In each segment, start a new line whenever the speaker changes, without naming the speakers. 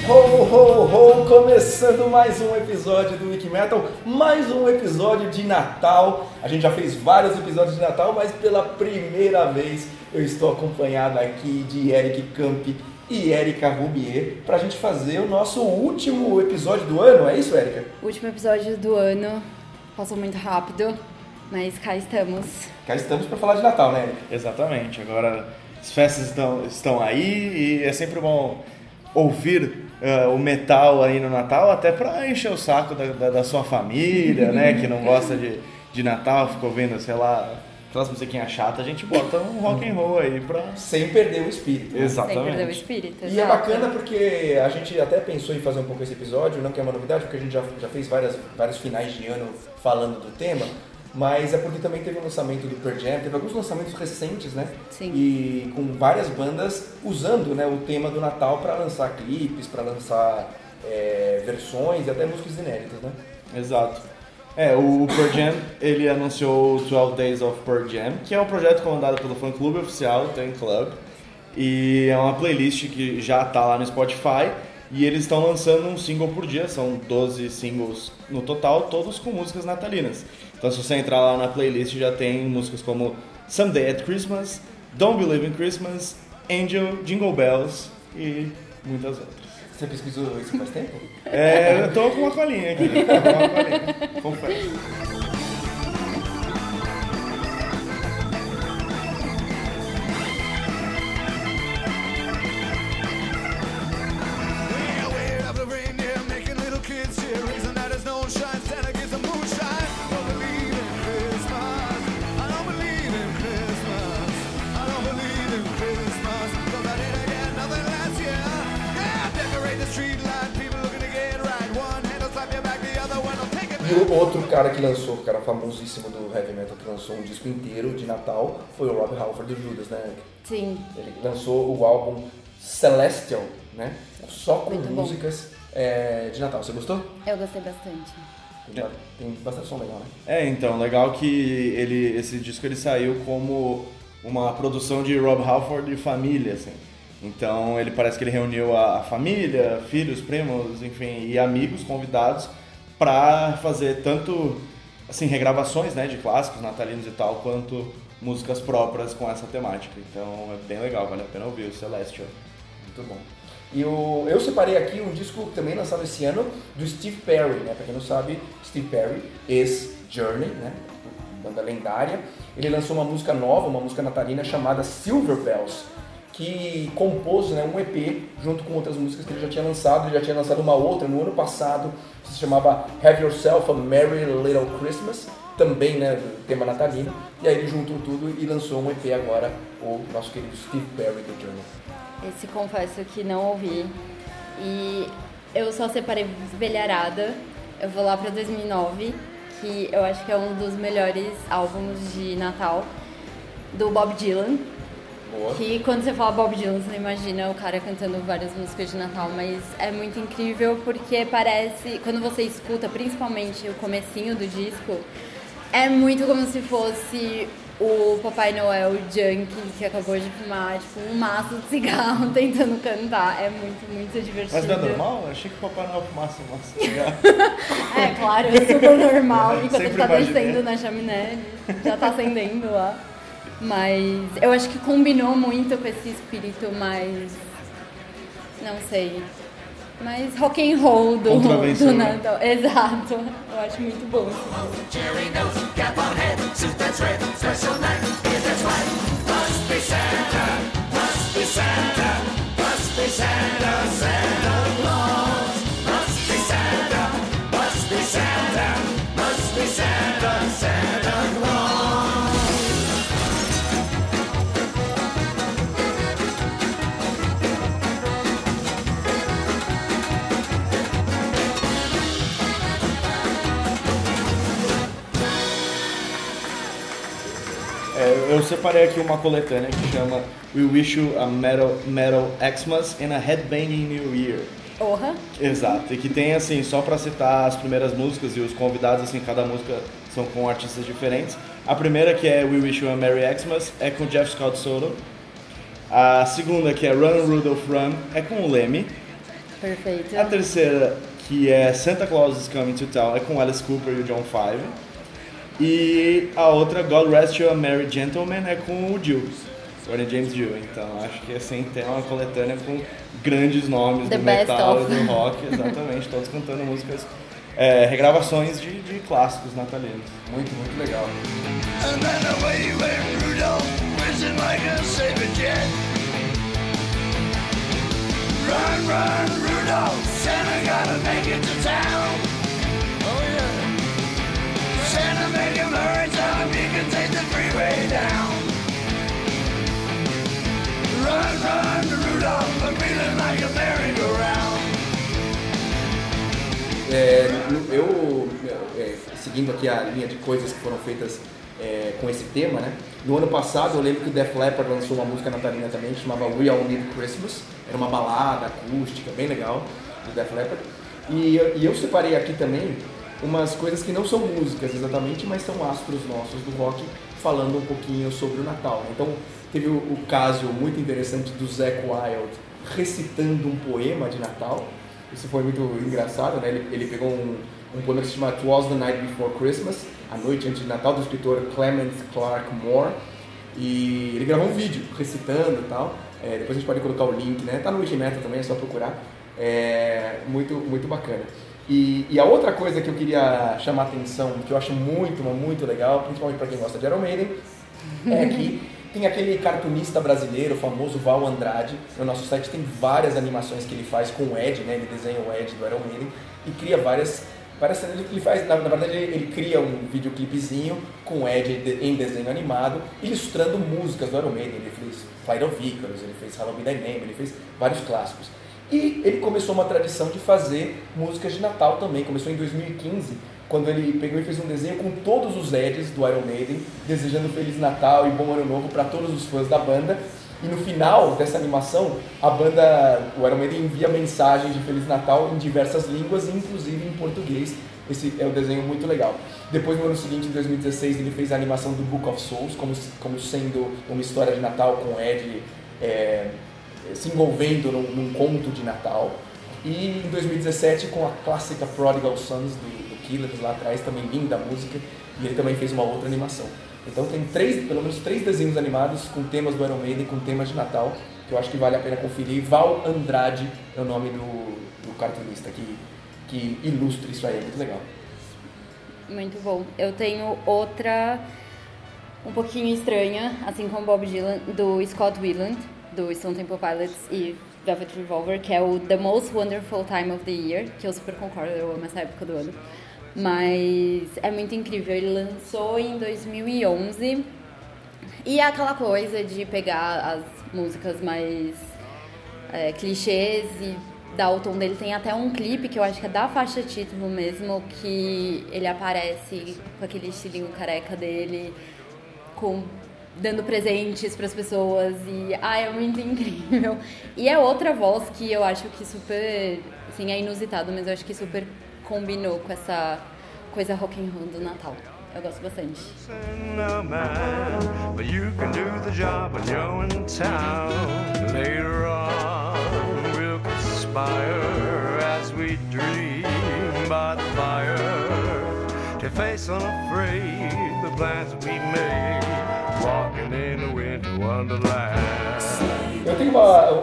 Ho, ho, ho! Começando mais um episódio do Wiki Metal, mais um episódio de Natal. A gente já fez vários episódios de Natal, mas pela primeira vez eu estou acompanhado aqui de Eric Camp e Erika Rubier pra gente fazer o nosso último episódio do ano, é isso, Erika?
Último episódio do ano, passou muito rápido, mas cá estamos.
Cá estamos pra falar de Natal, né, Erika?
Exatamente, agora as festas estão aí e é sempre bom ouvir o metal aí no Natal, até pra encher o saco da sua família, né, que não gosta de Natal, ficou vendo, sei lá, aquelas musiquinhas chatas, a gente bota um rock and roll aí pra...
Sem perder o espírito.
Né? Exatamente.
Sem perder o espírito,
E é bacana porque a gente até pensou em fazer um pouco esse episódio, não que é uma novidade, porque a gente já fez vários finais de ano falando do tema, mas é porque também teve o lançamento do Pearl Jam, teve alguns lançamentos recentes, né?
Sim.
E com várias bandas usando, né, o tema do Natal para lançar clipes, para lançar versões e até músicas inéditas, né?
Exato. O Pearl Jam, ele anunciou o 12 Days of Pearl Jam, que é um projeto comandado pelo fã-clube oficial, Ten Club, e é uma playlist que já tá lá no Spotify, e eles estão lançando um single por dia, são 12 singles no total, todos com músicas natalinas. Então se você entrar lá na playlist já tem músicas como Someday at Christmas, Don't Believe in Christmas, Angel, Jingle Bells e muitas outras.
Você pesquisou isso faz tempo?
Eu tô com uma colinha aqui, confesso.
E o outro cara que lançou, o cara famosíssimo do heavy metal que lançou um disco inteiro de Natal foi o Rob Halford do Judas, né?
Sim.
Ele lançou o álbum Celestial, né? Só com
Muito
músicas de Natal. Você gostou?
Eu gostei bastante.
Tem bastante som legal, né?
Então, legal que esse disco ele saiu como uma produção de Rob Halford e família, assim. Então, ele parece que ele reuniu a família, filhos, primos, enfim, e amigos convidados para fazer tanto assim regravações, né, de clássicos natalinos e tal, quanto músicas próprias com essa temática. Então é bem legal, vale a pena ouvir o Celestial.
Muito bom. E eu separei aqui um disco também lançado esse ano do Steve Perry, né? Pra quem não sabe, Steve Perry, ex-Journey, né? Banda lendária. Ele lançou uma música nova, uma música natalina chamada Silver Bells, que compôs, né, um EP junto com outras músicas que ele já tinha lançado. Ele já tinha lançado uma outra no ano passado, que se chamava Have Yourself a Merry Little Christmas, também, né, tema natalino. E aí ele juntou tudo e lançou um EP agora, o nosso querido Steve Perry do Journey.
Esse confesso que não ouvi. E eu só separei Velharada. Eu vou lá pra 2009, que eu acho que é um dos melhores álbuns de Natal, do Bob Dylan.
Boa.
Que quando você fala Bob Dylan, você imagina o cara cantando várias músicas de Natal, mas é muito incrível porque parece, quando você escuta, principalmente o comecinho do disco, é muito como se fosse o Papai Noel junkie que acabou de fumar, tipo, um maço de cigarro tentando cantar. É muito, muito divertido.
Mas não é normal? Eu achei que o Papai Noel fumasse um maço de cigarro.
É, claro, é super normal. Enquanto ele
Sempre
tá
imaginei.
descendo na chaminé, ele já tá acendendo lá. Mas eu acho que combinou muito com esse espírito mais, não sei, mais rock and roll do Natal. Exato, eu acho muito bom.
Jerry knows, cap on head, suit that's red, special night, beer that's white. Must be Santa, must be Santa, must be Santa, Santa Claus. Must be Santa, must be Santa, must be Santa, Santa Claus.
Eu separei aqui uma coletânea que chama We Wish You a Metal Xmas and a Headbanging New Year.
Orra.
Exato, e que tem assim, só pra citar as primeiras músicas e os convidados, assim, cada música são com artistas diferentes. A primeira, que é We Wish You a Merry Xmas, é com Jeff Scott Soto. A segunda, que é Run Rudolph Run, é com o Lemmy.
Perfeito.
A terceira, que é Santa Claus is Coming to Town, é com Alice Cooper e o John Five. E a outra, God Rest You a Merry Gentleman, é com o Dio, Ronnie James Dio. Então acho que assim tem uma coletânea com grandes nomes
The
do
best
metal
of.
e do rock, exatamente, todos cantando músicas, regravações de clássicos natalinos.
Muito, muito legal.
And then away went Rudolph, whizzing like a saber jet. Run, run, Rudolph, Santa gotta make it to town. Oh yeah. Santa make him hurry, tell him he can take the freeway down. Run, run, Rudolph, I'm feeling like a merry-go-round.
Seguindo aqui a linha de coisas que foram feitas com esse tema, né? No ano passado eu lembro que o Def Leppard lançou uma música natalina também que chamava We All Need Christmas. Era uma balada acústica bem legal do Def Leppard. E eu separei aqui também umas coisas que não são músicas exatamente, mas são astros nossos do rock falando um pouquinho sobre o Natal. Então teve o caso muito interessante do Zakk Wylde recitando um poema de Natal. Isso foi muito engraçado, né? Ele pegou um poema que se chama "Twas the Night Before Christmas", a noite antes de Natal, do escritor Clement Clarke Moore. E ele gravou um vídeo recitando e tal. Depois a gente pode colocar o link, né? Tá no Wikimedia também, é só procurar. Muito, muito bacana. E a outra coisa que eu queria chamar a atenção, que eu acho muito, muito legal, principalmente para quem gosta de Iron Maiden, é que tem aquele cartunista brasileiro, famoso Val Andrade. No nosso site tem várias animações que ele faz com o Ed, né? Ele desenha o Ed do Iron Maiden e cria várias cenas. Ele faz, na verdade, ele cria um videoclipezinho com o Ed em desenho animado, ilustrando músicas do Iron Maiden. Ele fez Flight of Icarus, ele fez Halloween Thy Name, ele fez vários clássicos. E ele começou uma tradição de fazer músicas de Natal também. Começou em 2015, quando ele pegou e fez um desenho com todos os Eds do Iron Maiden, desejando Feliz Natal e Bom Ano Novo para todos os fãs da banda. E no final dessa animação, o Iron Maiden envia mensagens de Feliz Natal em diversas línguas, inclusive em português. Esse é um desenho muito legal. Depois, no ano seguinte, em 2016, ele fez a animação do Book of Souls, como sendo uma história de Natal com o Ed se envolvendo num conto de Natal. E em 2017, com a clássica Prodigal Sons do Killers lá atrás, também linda a música, e ele também fez uma outra animação. Então tem pelo menos três desenhos animados com temas do Iron Maiden, com temas de Natal, que eu acho que vale a pena conferir. Val Andrade é o nome do cartunista que ilustra isso aí, é muito legal.
Muito bom. Eu tenho outra um pouquinho estranha, assim como Bob Dylan, do Scott Weiland, do Stone Temple Pilots e Velvet Revolver, que é o The Most Wonderful Time of the Year, que eu super concordo, eu amo essa época do ano. Mas é muito incrível, ele lançou em 2011 e é aquela coisa de pegar as músicas mais clichês e dar o tom dele. Tem até um clipe que eu acho que é da faixa título mesmo, que ele aparece com aquele estilinho careca dele, dando presentes para as pessoas e é muito incrível. E é outra voz que eu acho que super, assim, é inusitado, mas eu acho que super combinou com essa coisa rock and roll do Natal. Eu gosto bastante.
But you can do the job when you're in town. Later on we'll conspire as we dream by the fire to face unafraid the plans we made, walking in a winter wonderland.
Eu tenho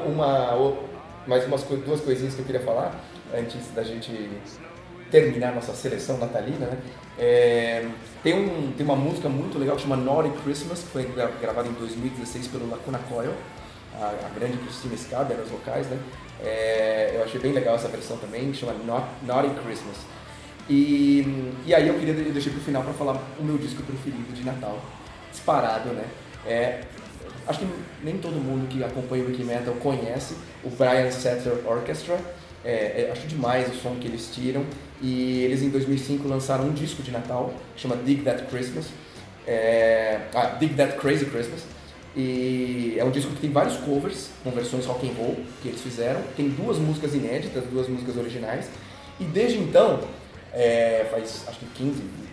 duas coisinhas que eu queria falar antes da gente terminar nossa seleção natalina, né? Tem uma música muito legal que chama Naughty Christmas, que foi gravada em 2016 pelo Lacuna Coil, a grande Christina Scabb nas vocais, né? Eu achei bem legal essa versão também, que chama Naughty Christmas. E aí eu deixei pro final para falar o meu disco preferido de Natal, disparado, né? Acho que nem todo mundo que acompanha o Wiki Metal conhece o Brian Setzer Orchestra. Acho demais o som que eles tiram, e eles em 2005 lançaram um disco de Natal que chama Dig That Christmas, Dig That Crazy Christmas, e é um disco que tem vários covers com versões rock and roll que eles fizeram. Tem duas músicas inéditas, duas músicas originais, e desde então, faz acho que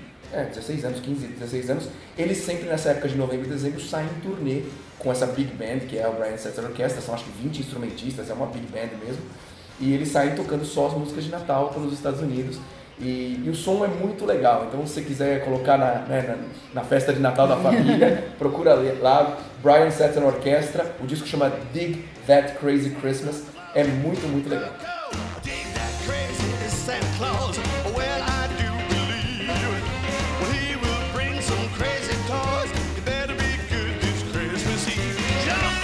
16 anos, eles sempre nessa época de novembro e dezembro saem em turnê com essa big band que é o Brian Setzer Orchestra. São acho que 20 instrumentistas, é uma big band mesmo. e eles saem tocando só as músicas de Natal pelos Estados Unidos. E o som é muito legal, então se você quiser colocar na festa de Natal da família, procura lá, Brian Setzer Orchestra, o disco chama Dig That Crazy Christmas, é muito, muito legal.
Dig that crazy Santa Claus. Well, I do believe well, he will bring some crazy toys. You better be good this Christmas Eve. Jump!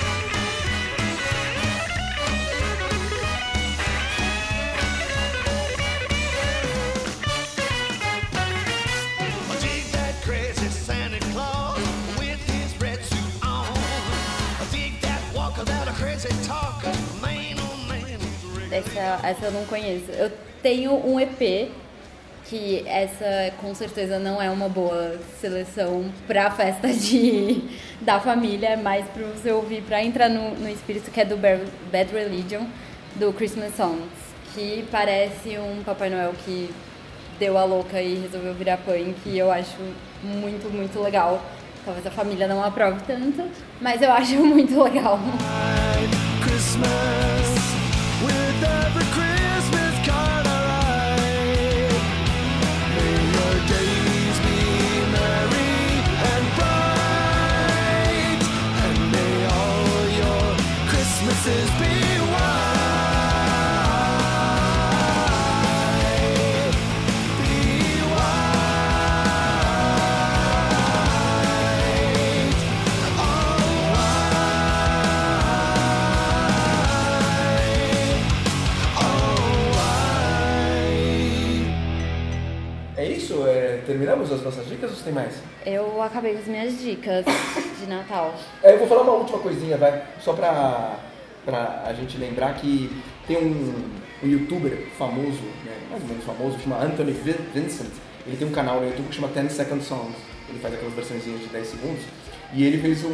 Dig that crazy Santa Claus with his red suit on. Dig that walker, that a crazy talker. Man, oh man, he's a
Essa eu não conheço. Eu tenho um EP, que essa com certeza não é uma boa seleção pra festa da família, é mais pra você ouvir, pra entrar no espírito, que é do Bad Religion, do Christmas Songs, que parece um Papai Noel que deu a louca e resolveu virar punk, e eu acho muito, muito legal. Talvez a família não aprove tanto, mas eu acho muito legal.
Christmas with every Christmas card I write. May your days be merry and bright, and may all your Christmases be white. Be white. Oh,
É isso? Terminamos as nossas dicas ou você tem mais?
Eu acabei com as minhas dicas de Natal.
Eu vou falar uma última coisinha, vai, só pra a gente lembrar que tem um youtuber famoso, né, mais ou menos famoso, chama Anthony Vincent. Ele tem um canal no YouTube que chama 10 Second Songs. Ele faz aquelas versõezinhas de 10 segundos. E ele fez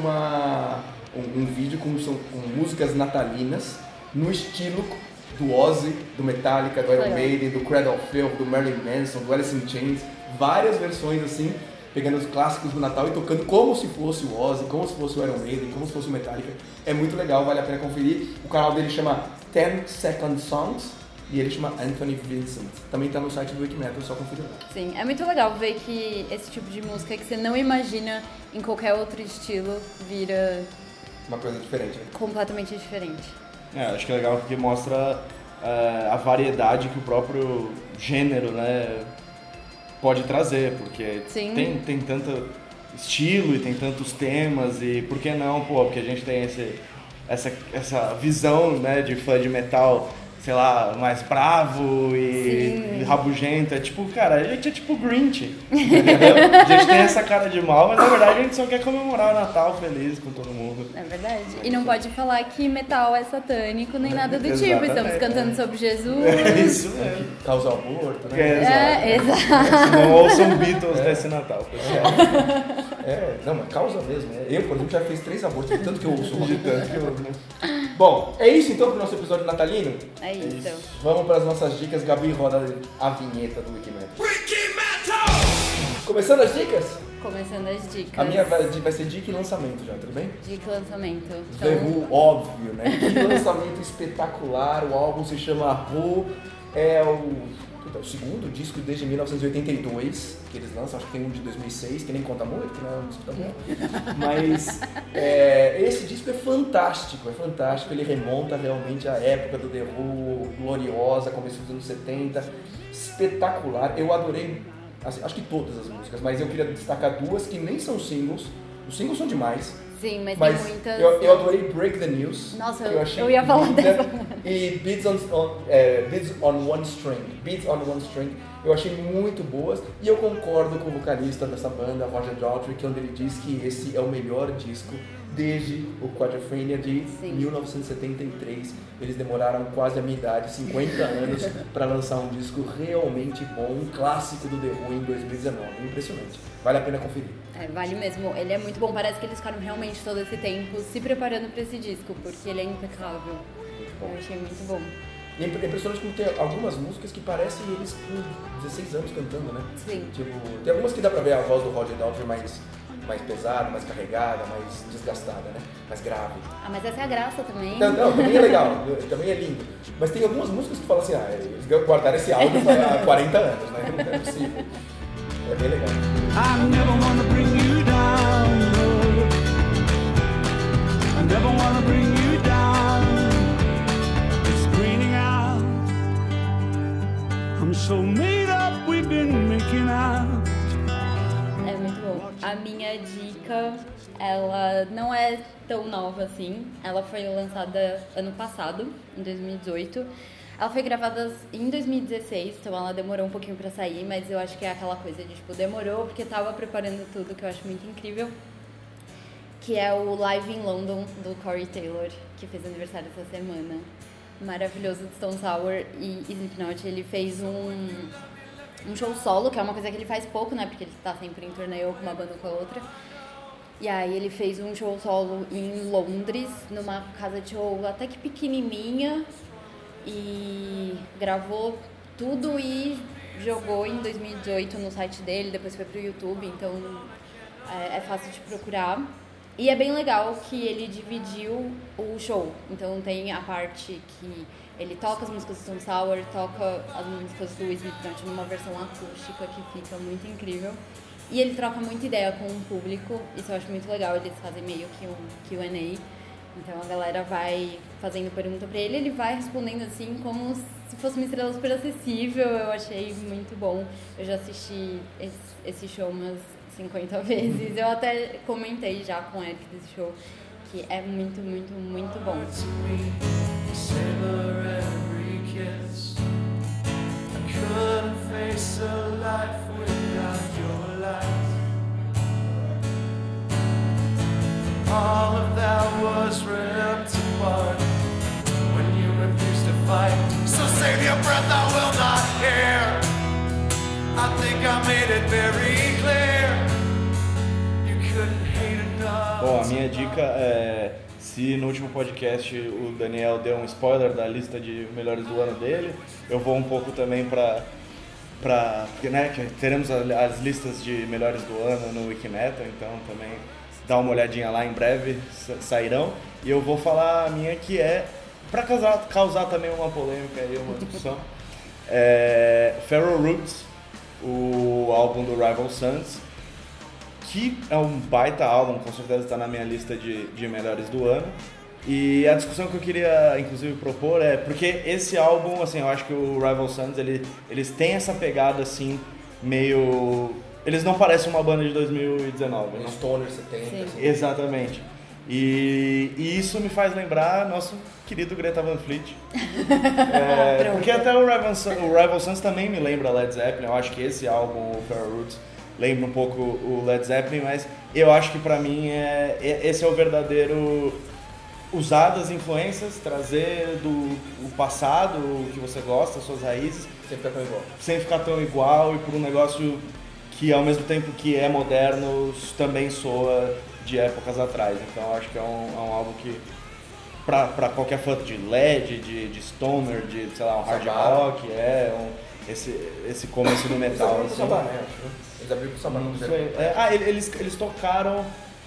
um vídeo com músicas natalinas no estilo do Ozzy, do Metallica, do Iron Maiden, do Cradle of Filth, do Marilyn Manson, do Alice in Chains. Várias versões assim, pegando os clássicos do Natal e tocando como se fosse o Ozzy, como se fosse o Iron Maiden, como se fosse o Metallica. É muito legal, vale a pena conferir. O canal dele chama 10 Second Songs e ele chama Anthony Vincent. Também tá no site do Wikimetal, é só conferir lá.
Sim, é muito legal ver que esse tipo de música que você não imagina em qualquer outro estilo vira
Uma coisa diferente, né?
completamente diferente.
Acho que é legal porque mostra a variedade que o próprio gênero, né, pode trazer, porque
Sim.
tem tanto estilo e tem tantos temas, e por que não, porque a gente tem essa visão, né, de fã de metal, sei lá, mais bravo e rabugento. É tipo, cara, a gente é tipo Grinch, entendeu? A gente tem essa cara de mal, mas na verdade a gente só quer comemorar o Natal feliz com todo mundo.
É verdade. E não pode falar que metal é satânico nem nada do tipo.
Exatamente,
Estamos cantando sobre Jesus.
É isso mesmo.
Causa aborto, né?
Exato.
Não ouçam Beatles desse Natal, pessoal.
Não, mas causa mesmo. Eu, por exemplo, já fiz 3 abortos, de tanto que eu ouço.
De tanto que eu...
Bom, é isso então pro nosso episódio natalino?
É isso.
Vamos para as nossas dicas. Gabi, roda a vinheta do Wikimetal. Começando as dicas?
Começando as dicas.
A minha vai ser dica e lançamento já, tudo bem?
Dica e lançamento.
The Who, óbvio, né? Que lançamento espetacular. O álbum se chama Who. É o segundo disco desde 1982 que eles lançam. Acho que tem um de 2006, que nem conta muito, que não é um disco tão bom. Mas esse disco é fantástico, Ele remonta realmente à época do The Who, gloriosa, começo dos anos 70. Espetacular. Eu adorei, assim, acho que todas as músicas, mas eu queria destacar 2 que nem são singles. Os singles são demais.
Sim, mas tem muitas...
eu adorei Break the News.
Nossa,
que eu achei
eu ia falar
linda,
dessa.
E Beats on One String. Eu achei muito boas. E eu concordo com o vocalista dessa banda, Roger Daltrey, quando ele diz que esse é o melhor disco desde o Quadrophenia de 1973. Eles demoraram quase a minha idade, 50 anos, para lançar um disco realmente bom, um clássico do The Who em 2019. Impressionante. Vale a pena conferir.
Vale mesmo. Ele é muito bom. Parece que eles ficaram realmente todo esse tempo se preparando para esse disco, porque ele é impecável. Eu achei muito bom.
E é impressionante como tem algumas músicas que parecem eles com 16 anos cantando, né?
Sim.
Tipo, tem algumas que dá pra ver a voz do Roger Daltrey mais mais pesada, mais carregada, mais desgastada, né? Mais grave.
Ah, mas essa é a graça também.
Não, também é legal, também é lindo. Mas tem algumas músicas que falam assim, eles guardaram esse áudio há 40 anos, né? Não é possível. É bem legal.
I never wanna bring you down, no. I never wanna bring you down. Screaming out, I'm so made up, we've been making out.
É muito bom. A minha dica, ela não é tão nova assim. Ela foi lançada ano passado, em 2018. Ela foi gravada em 2016, então ela demorou um pouquinho pra sair, mas eu acho que é aquela coisa de, tipo, demorou porque tava preparando tudo, que eu acho muito incrível. Que é o Live in London, do Corey Taylor, que fez aniversário essa semana. Maravilhoso, de Stone Sour e Slipknot. Ele fez um show solo, que é uma coisa que ele faz pouco, né, porque ele tá sempre em turnê ou com uma banda ou com a outra. E aí ele fez um show solo em Londres, numa casa de show até que pequenininha, e gravou tudo e jogou em 2018 no site dele, depois foi pro YouTube, então é fácil de procurar. E é bem legal que ele dividiu o show, então tem a parte que ele toca as músicas do Stone Sour, toca as músicas do Slipknot numa versão acústica que fica muito incrível. E ele troca muita ideia com o público, isso eu acho muito legal, eles fazem meio que um Q&A. Então a galera vai fazendo pergunta pra ele, ele vai respondendo assim como se fosse uma estrela super acessível. Eu achei muito bom. Eu já assisti esse show umas 50 vezes. Eu até comentei já com o Eric desse show, que é muito, muito, muito bom.
All of that was ripped apart when you refused to fight. So save your breath, I will not hear. I think I made it very clear. You couldn't hate enough.
Bom, a minha dica é, se no último podcast o Daniel deu um spoiler da lista de melhores do ano dele, eu vou um pouco também porque, né, que teremos as listas de melhores do ano no Wikimetal, então também dá uma olhadinha lá, em breve sairão. E eu vou falar a minha, que é, pra causar também uma polêmica e uma discussão, Feral Roots, o álbum do Rival Sons, que é um baita álbum, com certeza está na minha lista de melhores do ano. E a discussão que eu queria, inclusive, propor é, porque esse álbum, assim, eu acho que o Rival Sons, eles têm essa pegada, assim, meio... Eles não parecem uma banda de 2019.
Os Stoner 70. Assim.
Exatamente. E isso me faz lembrar nosso querido Greta Van Fleet. Porque até o Rival Sons também me lembra Led Zeppelin. Eu acho que esse álbum, o Feral Roots, lembra um pouco o Led Zeppelin, mas eu acho que pra mim esse é o verdadeiro... Usar das influências, trazer o passado, o que você gosta, as suas raízes.
Sem ficar tão igual.
Sem ficar tão igual e por um negócio que ao mesmo tempo que é moderno, também soa de épocas atrás. Então acho que é um álbum que, pra qualquer fã de LED, de stoner, de, sei lá, um hard rock, esse começo do metal.
Eles abriram pro Sabá, né? Eles abriram pro Sabá, não quiseram.
Eles tocaram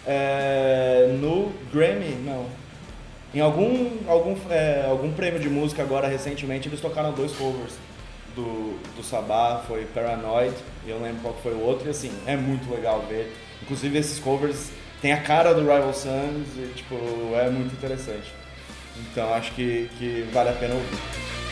no Grammy, não. Em algum prêmio de música agora, recentemente, eles tocaram 2 covers do Sabá, foi Paranoid, e eu lembro qual que foi o outro, e assim, é muito legal ver. Inclusive esses covers tem a cara do Rival Sons e, tipo, é muito interessante. Então acho que vale a pena ouvir.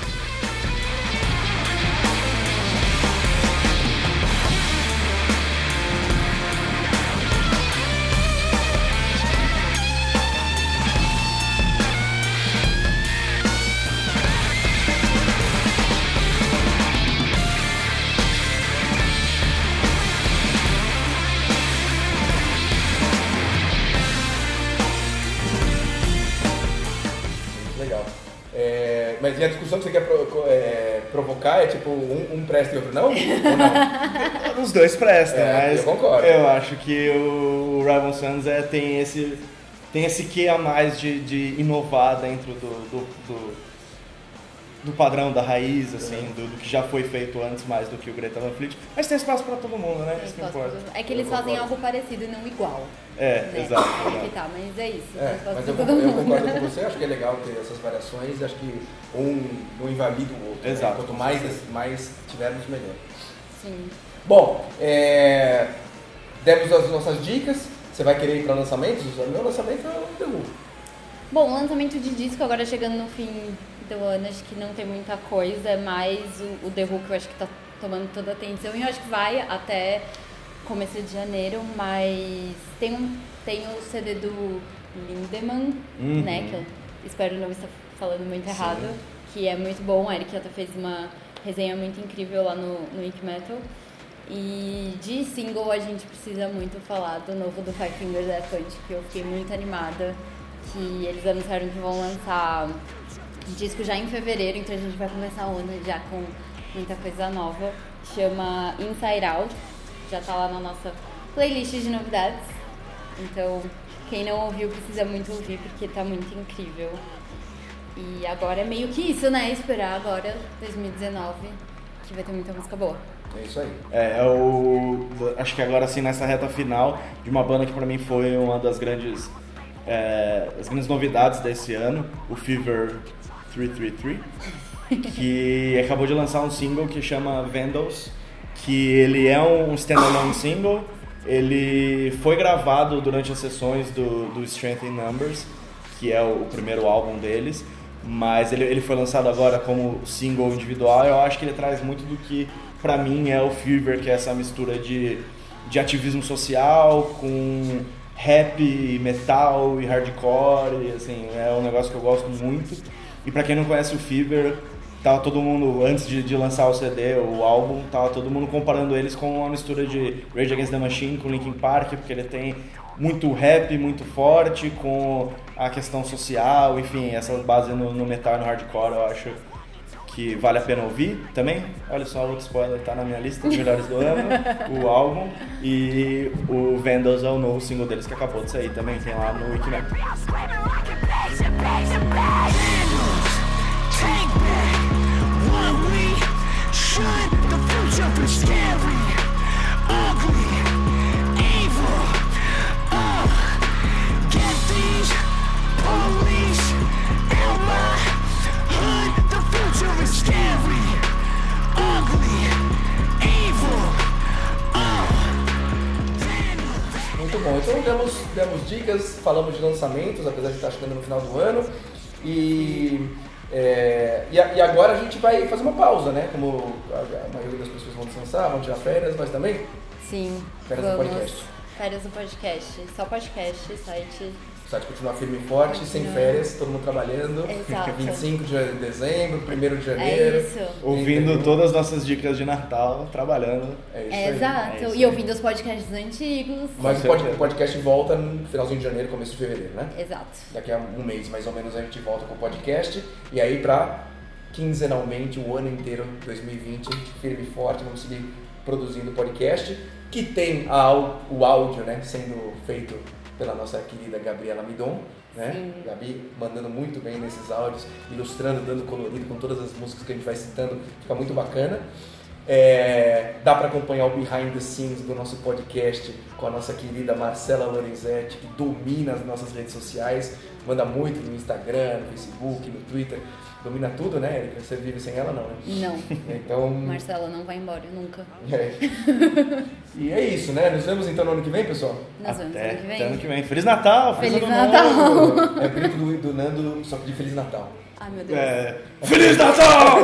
Mas e a discussão que você quer provocar é tipo um presta e outro não? Ou não?
Os dois prestam, mas
eu concordo.
Eu acho que o Rival Sons tem esse quê a mais de inovar dentro do padrão, da raiz, assim, do que já foi feito antes, mais do que o Greta Van Fleet. Mas tem espaço pra todo mundo, né? Isso que importa.
É que eles fazem algo parecido e não igual.
Exato.
Tá, mas é isso.
Mas eu concordo com você, acho que é legal ter essas variações, acho que um invalida o outro.
Exato.
Né? Quanto mais tivermos, melhor.
Sim.
Bom, demos as nossas dicas. Você vai querer ir para lançamentos? O meu lançamento é o The Who.
Bom, lançamento de disco agora chegando no fim do ano, acho que não tem muita coisa, mas o The Who que eu acho que tá tomando toda a atenção e eu acho que vai até começo de janeiro, mas tem o CD do Lindemann, né, que eu espero não estar falando muito errado, que é muito bom. A Eric até fez uma resenha muito incrível lá no Ink Metal. E de single a gente precisa muito falar do novo do Five Finger Death Punch, que eu fiquei muito animada, que eles anunciaram que vão lançar disco já em fevereiro, então a gente vai começar o ano já com muita coisa nova. Chama Inside Out, já tá lá na nossa playlist de novidades, então quem não ouviu precisa muito ouvir porque tá muito incrível. E agora é meio que isso, né? Esperar agora 2019, que vai ter muita música boa.
É isso aí.
Acho que agora assim, nessa reta final de uma banda que pra mim foi uma das grandes novidades desse ano, o Fever 333, que acabou de lançar um single que chama Vandals, que ele é um standalone single. Ele foi gravado durante as sessões do Strength in Numbers, que é o primeiro álbum deles, mas ele foi lançado agora como single individual. Eu acho que ele traz muito do que pra mim é o Fever, que é essa mistura de ativismo social com rap, metal e hardcore, e, assim, é um negócio que eu gosto muito. E pra quem não conhece o Fever, tava todo mundo, antes de lançar o CD, o álbum, tava todo mundo comparando eles com uma mistura de Rage Against the Machine com Linkin Park, porque ele tem muito rap, muito forte, com a questão social, enfim, essa base no metal e no hardcore, eu acho que vale a pena ouvir também. Olha só, outro spoiler, tá na minha lista de melhores do ano, o álbum. E o Vandals é o novo single deles que acabou de sair também, tem lá no Wikimedia.
Muito bom, então demos dicas, falamos de lançamentos, apesar de estar chegando no final do ano. E agora a gente vai fazer uma pausa, né? Como a maioria das pessoas vão descansar, vão tirar férias, nós também?
Sim,
férias do podcast.
Férias do podcast, só podcast, site.
O site continua firme e forte, sem férias, todo mundo trabalhando.
Exato.
25 de dezembro, 1º de janeiro.
É isso.
Ouvindo todas as nossas dicas de Natal, trabalhando.
É isso aí.
Exato.
É isso
e ouvindo os podcasts antigos.
Mas o podcast volta no finalzinho de janeiro, começo de fevereiro, né?
Exato.
Daqui a um mês, mais ou menos, a gente volta com o podcast. E aí, pra quinzenalmente, o ano inteiro, 2020, firme e forte, vamos seguir produzindo podcast, que tem o áudio, né, sendo feito pela nossa querida Gabriela Midon, né?
Sim.
Gabi mandando muito bem nesses áudios, ilustrando, dando colorido com todas as músicas que a gente vai citando, fica muito bacana. Dá para acompanhar o behind the scenes do nosso podcast com a nossa querida Marcela Lorenzetti, que domina as nossas redes sociais, manda muito no Instagram, no Facebook, no Twitter, domina tudo, né, Erika? Você vive sem ela, não, né?
Não.
Então...
Marcela não vai embora, nunca.
E é isso, né? Nos vemos então no ano que vem, pessoal?
Nós vemos ano que vem.
Ano que vem. Feliz Natal!
Feliz
Ano
Natal!
Novo.
É o grito do Nando, só que de Feliz Natal.
Ai, meu Deus.
Feliz Natal!